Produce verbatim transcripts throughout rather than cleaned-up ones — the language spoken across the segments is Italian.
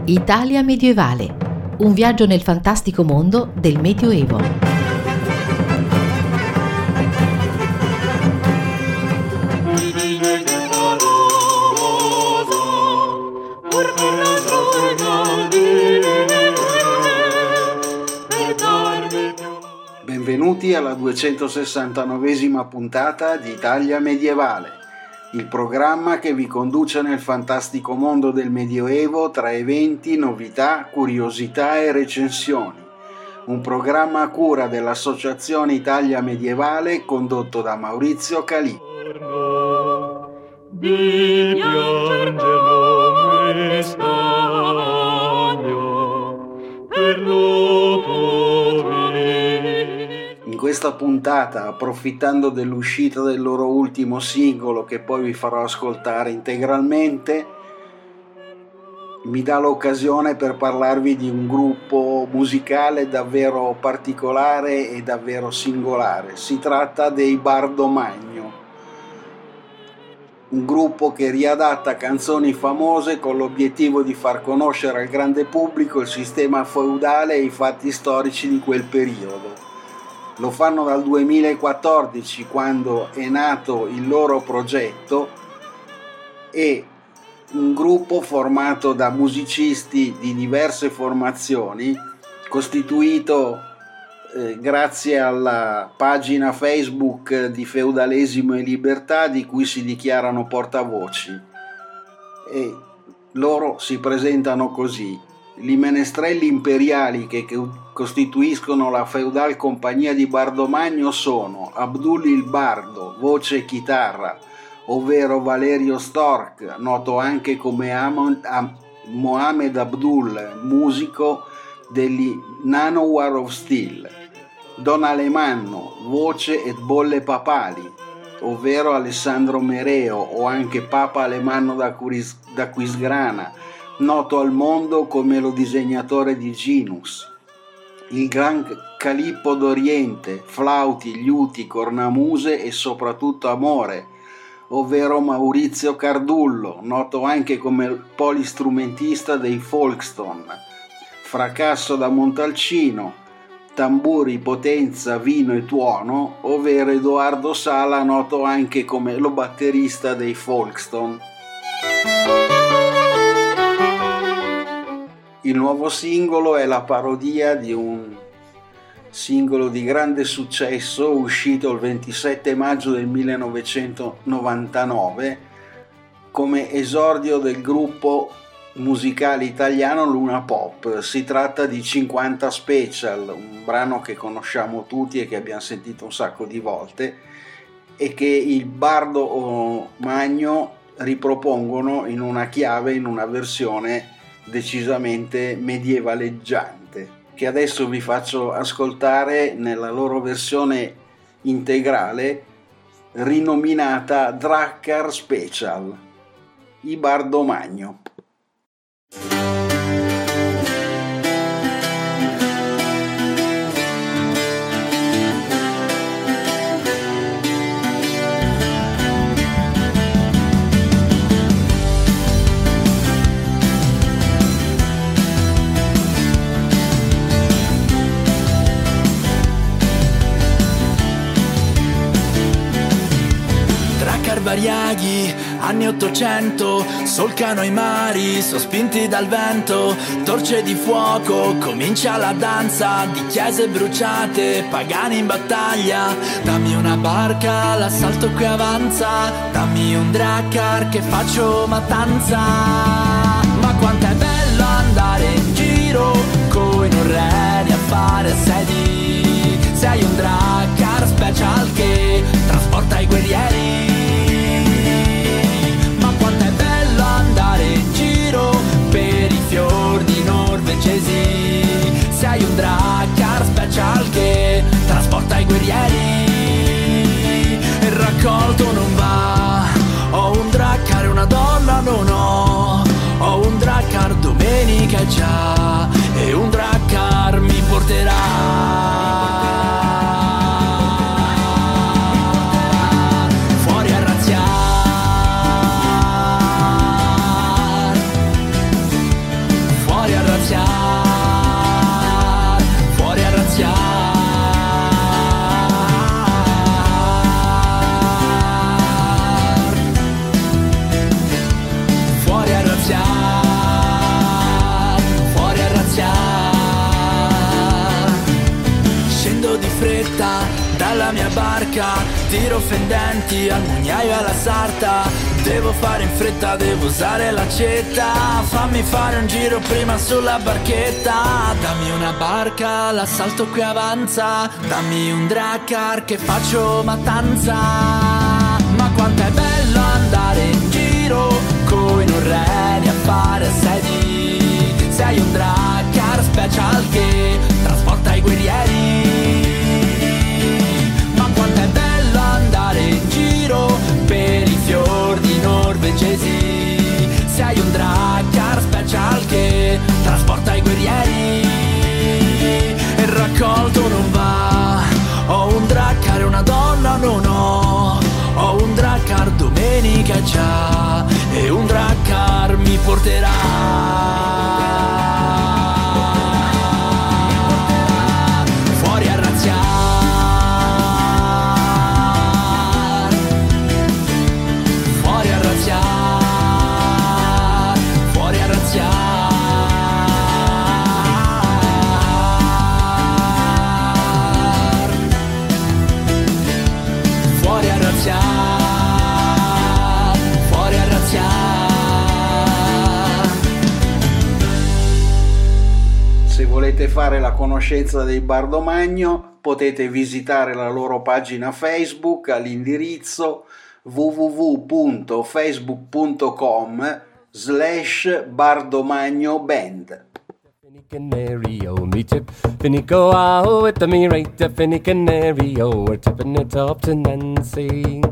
Italia medievale, un viaggio nel fantastico mondo del Medioevo. Benvenuti alla duecentosessantanovesima puntata di Italia medievale, il programma che vi conduce nel fantastico mondo del Medioevo tra eventi, novità, curiosità e recensioni. Un programma a cura dell'Associazione Italia Medievale condotto da Maurizio Calì. In questa puntata, approfittando dell'uscita del loro ultimo singolo, che poi vi farò ascoltare integralmente, mi dà l'occasione per parlarvi di un gruppo musicale davvero particolare e davvero singolare. Si tratta dei Bardomagno, un gruppo che riadatta canzoni famose con l'obiettivo di far conoscere al grande pubblico il sistema feudale e i fatti storici di quel periodo. Lo fanno dal duemilaquattordici, quando è nato il loro progetto, e un gruppo formato da musicisti di diverse formazioni, costituito eh, grazie alla pagina Facebook di Feudalesimo e Libertà, di cui si dichiarano portavoci. E loro si presentano così: i menestrelli imperiali che costituiscono la feudal compagnia di Bardomagno sono Abdul il Bardo, voce e chitarra, ovvero Valerio Stork, noto anche come Amon, Am, Mohamed Abdul, musico degli Nanowar of Steel, Don Alemanno, voce e bolle papali, ovvero Alessandro Mereo o anche Papa Alemanno da, Curis, da Quisgrana, noto al mondo come lo disegnatore di Ginus, il gran Calippo d'Oriente, flauti, liuti, cornamuse e soprattutto amore, ovvero Maurizio Cardullo, noto anche come polistrumentista dei Folkestone, fracasso da Montalcino, tamburi, potenza, vino e tuono, ovvero Edoardo Sala, noto anche come lo batterista dei Folkestone. Il nuovo singolo è la parodia di un singolo di grande successo uscito il ventisette maggio del millenovecentonovantanove come esordio del gruppo musicale italiano Luna Pop. Si tratta di cinquanta Special, un brano che conosciamo tutti e che abbiamo sentito un sacco di volte e che il Bardomagno ripropongono in una chiave, in una versione decisamente medievaleggiante, che adesso vi faccio ascoltare nella loro versione integrale, rinominata Drakkar Special, i Bardomagno. Variaghi, anni ottocento, solcano i mari, sospinti dal vento, torce di fuoco, comincia la danza di chiese bruciate, pagani in battaglia. Dammi una barca, l'assalto qui avanza, dammi un drakkar che faccio mattanza. Ma quanto è bello andare in giro coi norreni a fare assedi. Sei un drakkar special che trasporta i guerrieri. Per i fiordi norvegesi sei un drakkar special che trasporta i guerrieri. Il raccolto non va, ho un drakkar e una donna non ho. Ho un drakkar domenica già e un drakkar mi porterà fuori a razziare. di fretta dalla mia barca, tiro fendenti al mugnaio e alla sarta. Devo fare in fretta, devo usare l'accetta. Fammi fare un giro prima sulla barchetta. Dammi una barca, l'assalto qui avanza. Dammi un drakkar che faccio mattanza. Ma quanto è bello andare in giro coi norreni a fare assedi. Sei un drakkar special che trasporta i guerrieri. Ma quanto è bello andare in giro per i fiordi norvegesi. Sei un drakkar special che trasporta i guerrieri. E raccolto non va. Ho un drakkar e una donna non ho. Ho un drakkar, domenica già. E un drakkar mi porterà fuori a razziare. Fuori a razziare. Fuori a razziare. Fuori a razziare. Fuori a razziare. Se volete fare la conoscenza dei Bardomagno potete visitare la loro pagina Facebook all'indirizzo w w w punto facebook punto com slash Bardomagno Band. Canario, me tip, finny go out with the me right to finny canario, we're tipping it up to Nancy.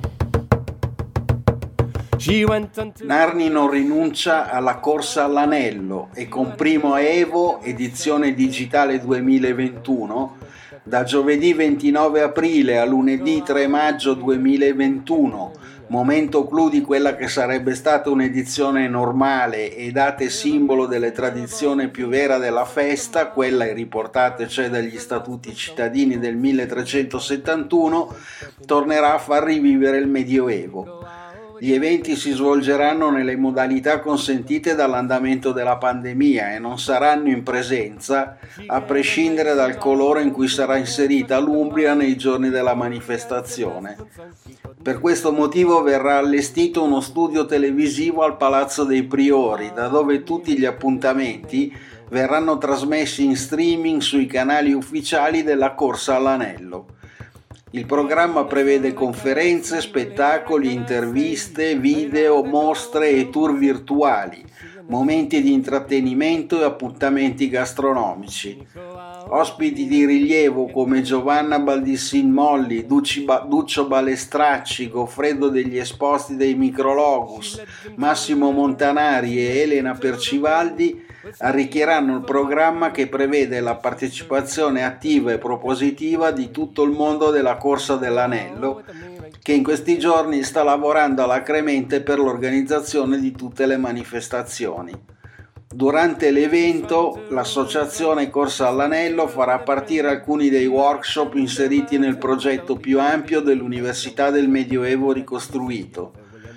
She went unto... Narni non rinuncia alla corsa all'anello e con Primo Evo, edizione digitale duemilaventuno, da giovedì ventinove aprile a lunedì tre maggio duemilaventuno, momento clou di quella che sarebbe stata un'edizione normale e date simbolo delle tradizioni più vera della festa, quella riportate cioè dagli statuti cittadini del milletrecentosettantuno, tornerà a far rivivere il Medioevo. Gli eventi si svolgeranno nelle modalità consentite dall'andamento della pandemia e non saranno in presenza, a prescindere dal colore in cui sarà inserita l'Umbria nei giorni della manifestazione. Per questo motivo verrà allestito uno studio televisivo al Palazzo dei Priori, da dove tutti gli appuntamenti verranno trasmessi in streaming sui canali ufficiali della Corsa all'Anello. Il programma prevede conferenze, spettacoli, interviste, video, mostre e tour virtuali, momenti di intrattenimento e appuntamenti gastronomici. Ospiti di rilievo come Giovanna Baldissin Molli, Duccio Balestracci, Goffredo degli Esposti dei Micrologus, Massimo Montanari e Elena Percivaldi arricchiranno il programma, che prevede la partecipazione attiva e propositiva di tutto il mondo della Corsa dell'Anello, che in questi giorni sta lavorando alacremente per l'organizzazione di tutte le manifestazioni. Durante l'evento l'associazione Corsa all'Anello farà partire alcuni dei workshop inseriti nel progetto più ampio dell'Università del Medioevo ricostruito.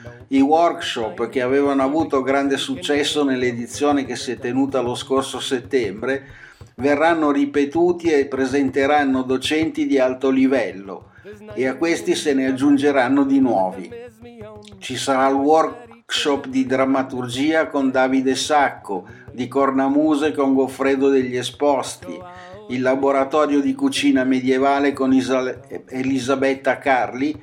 I workshop, che avevano avuto grande successo nell'edizione che si è tenuta lo scorso settembre, verranno ripetuti e presenteranno docenti di alto livello, e a questi se ne aggiungeranno di nuovi. Ci sarà il workshop di drammaturgia con Davide Sacco, di cornamuse con Goffredo degli Esposti, il laboratorio di cucina medievale con Isa- Elisabetta Carli,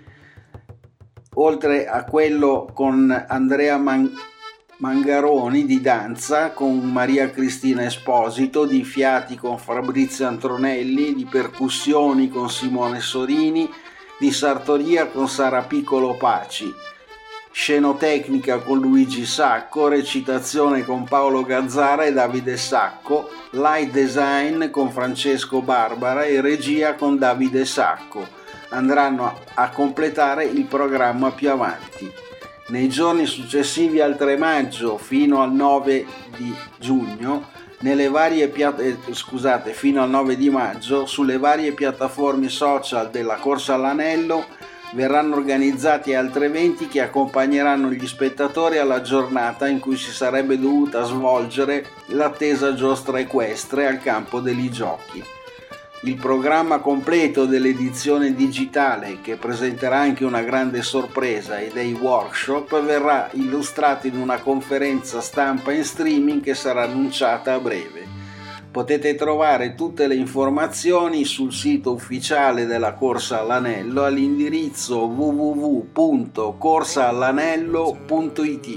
oltre a quello con Andrea Man- Mangaroni di danza, con Maria Cristina Esposito, di fiati con Fabrizio Antronelli, di percussioni con Simone Sorini, di sartoria con Sara Piccolo Paci, scenotecnica con Luigi Sacco, recitazione con Paolo Gazzara e Davide Sacco, light design con Francesco Barbara e regia con Davide Sacco. Andranno a completare il programma più avanti. Nei giorni successivi al tre maggio fino al nove di giugno, nelle varie pia- eh, scusate, fino al nove di maggio, sulle varie piattaforme social della Corsa all'Anello verranno organizzati altri eventi che accompagneranno gli spettatori alla giornata in cui si sarebbe dovuta svolgere l'attesa giostra equestre al campo degli giochi. Il programma completo dell'edizione digitale, che presenterà anche una grande sorpresa e dei workshop, verrà illustrato in una conferenza stampa in streaming che sarà annunciata a breve. Potete trovare tutte le informazioni sul sito ufficiale della Corsa all'Anello all'indirizzo w w w punto corsa all'anello punto i t.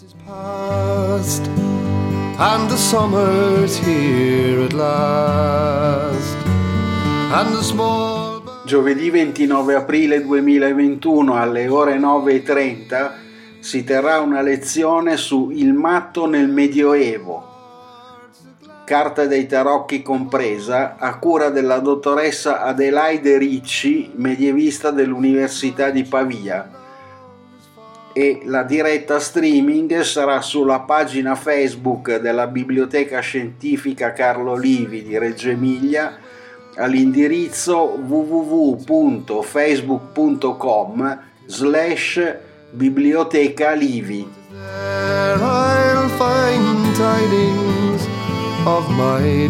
And the summer's here at last. And the small... Giovedì ventinove aprile duemilaventuno alle ore nove e trenta si terrà una lezione su Il matto nel Medioevo, carta dei tarocchi compresa, a cura della dottoressa Adelaide Ricci, medievista dell'Università di Pavia. E la diretta streaming sarà sulla pagina Facebook della Biblioteca Scientifica Carlo Livi di Reggio Emilia all'indirizzo w w w punto facebook punto com slash biblioteca livi. There I'll find tidings of my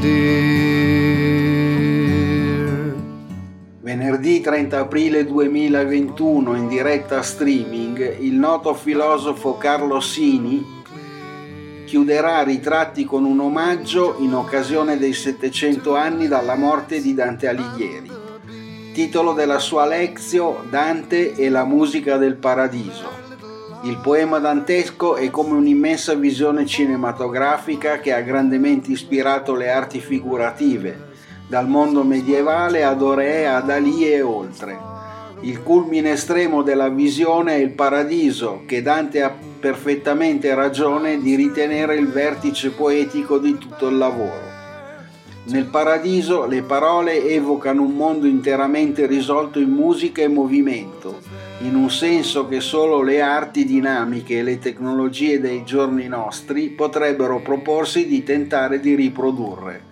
dear. Venerdì trenta aprile duemilaventuno in diretta streaming il noto filosofo Carlo Sini chiuderà Ritratti con un omaggio in occasione dei settecento anni dalla morte di Dante Alighieri. Titolo della sua Lectio: Dante e la musica del paradiso. Il poema dantesco è come un'immensa visione cinematografica che ha grandemente ispirato le arti figurative, dal mondo medievale ad Doré, a Dalì e oltre. Il culmine estremo della visione è il paradiso, che Dante ha perfettamente ragione di ritenere il vertice poetico di tutto il lavoro. Nel paradiso le parole evocano un mondo interamente risolto in musica e movimento, in un senso che solo le arti dinamiche e le tecnologie dei giorni nostri potrebbero proporsi di tentare di riprodurre.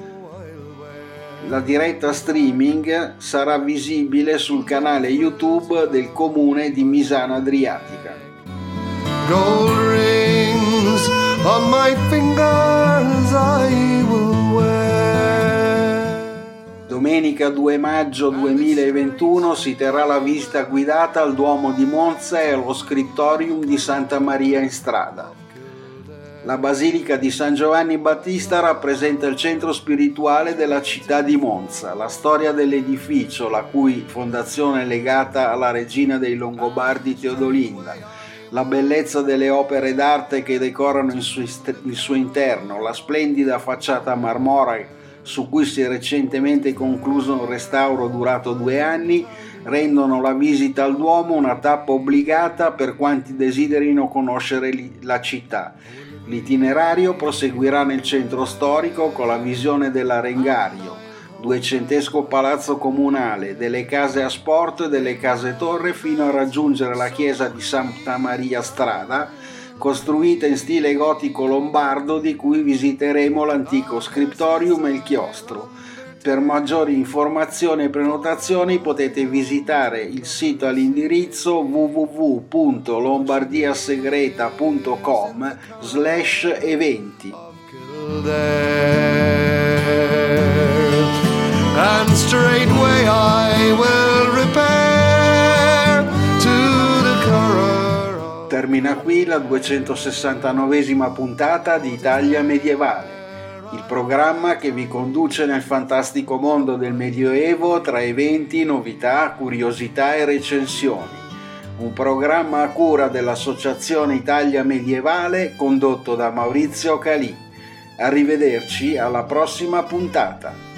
La diretta streaming sarà visibile sul canale YouTube del comune di Misano Adriatica. Gold rings on my fingers I will wear. Domenica due maggio duemilaventuno si terrà la visita guidata al Duomo di Monza e allo Scriptorium di Santa Maria in Strada. La Basilica di San Giovanni Battista rappresenta il centro spirituale della città di Monza. La storia dell'edificio, la cui fondazione è legata alla regina dei Longobardi Teodolinda, la bellezza delle opere d'arte che decorano il suo, il suo interno, la splendida facciata marmorea su cui si è recentemente concluso un restauro durato due anni, rendono la visita al Duomo una tappa obbligata per quanti desiderino conoscere la città. L'itinerario proseguirà nel centro storico con la visione dell'Arengario, duecentesco palazzo comunale, delle case a sport e delle case torre fino a raggiungere la chiesa di Santa Maria Strada, costruita in stile gotico lombardo, di cui visiteremo l'antico scriptorium e il chiostro. Per maggiori informazioni e prenotazioni potete visitare il sito all'indirizzo w w w punto lombardiasegreta punto com slash eventi. And straightway I will repair to the Curragh. Termina qui la duecentosessantanovesima puntata di Italia Medievale, il programma che vi conduce nel fantastico mondo del Medioevo tra eventi, novità, curiosità e recensioni. Un programma a cura dell'Associazione Italia Medievale condotto da Maurizio Calì. Arrivederci alla prossima puntata.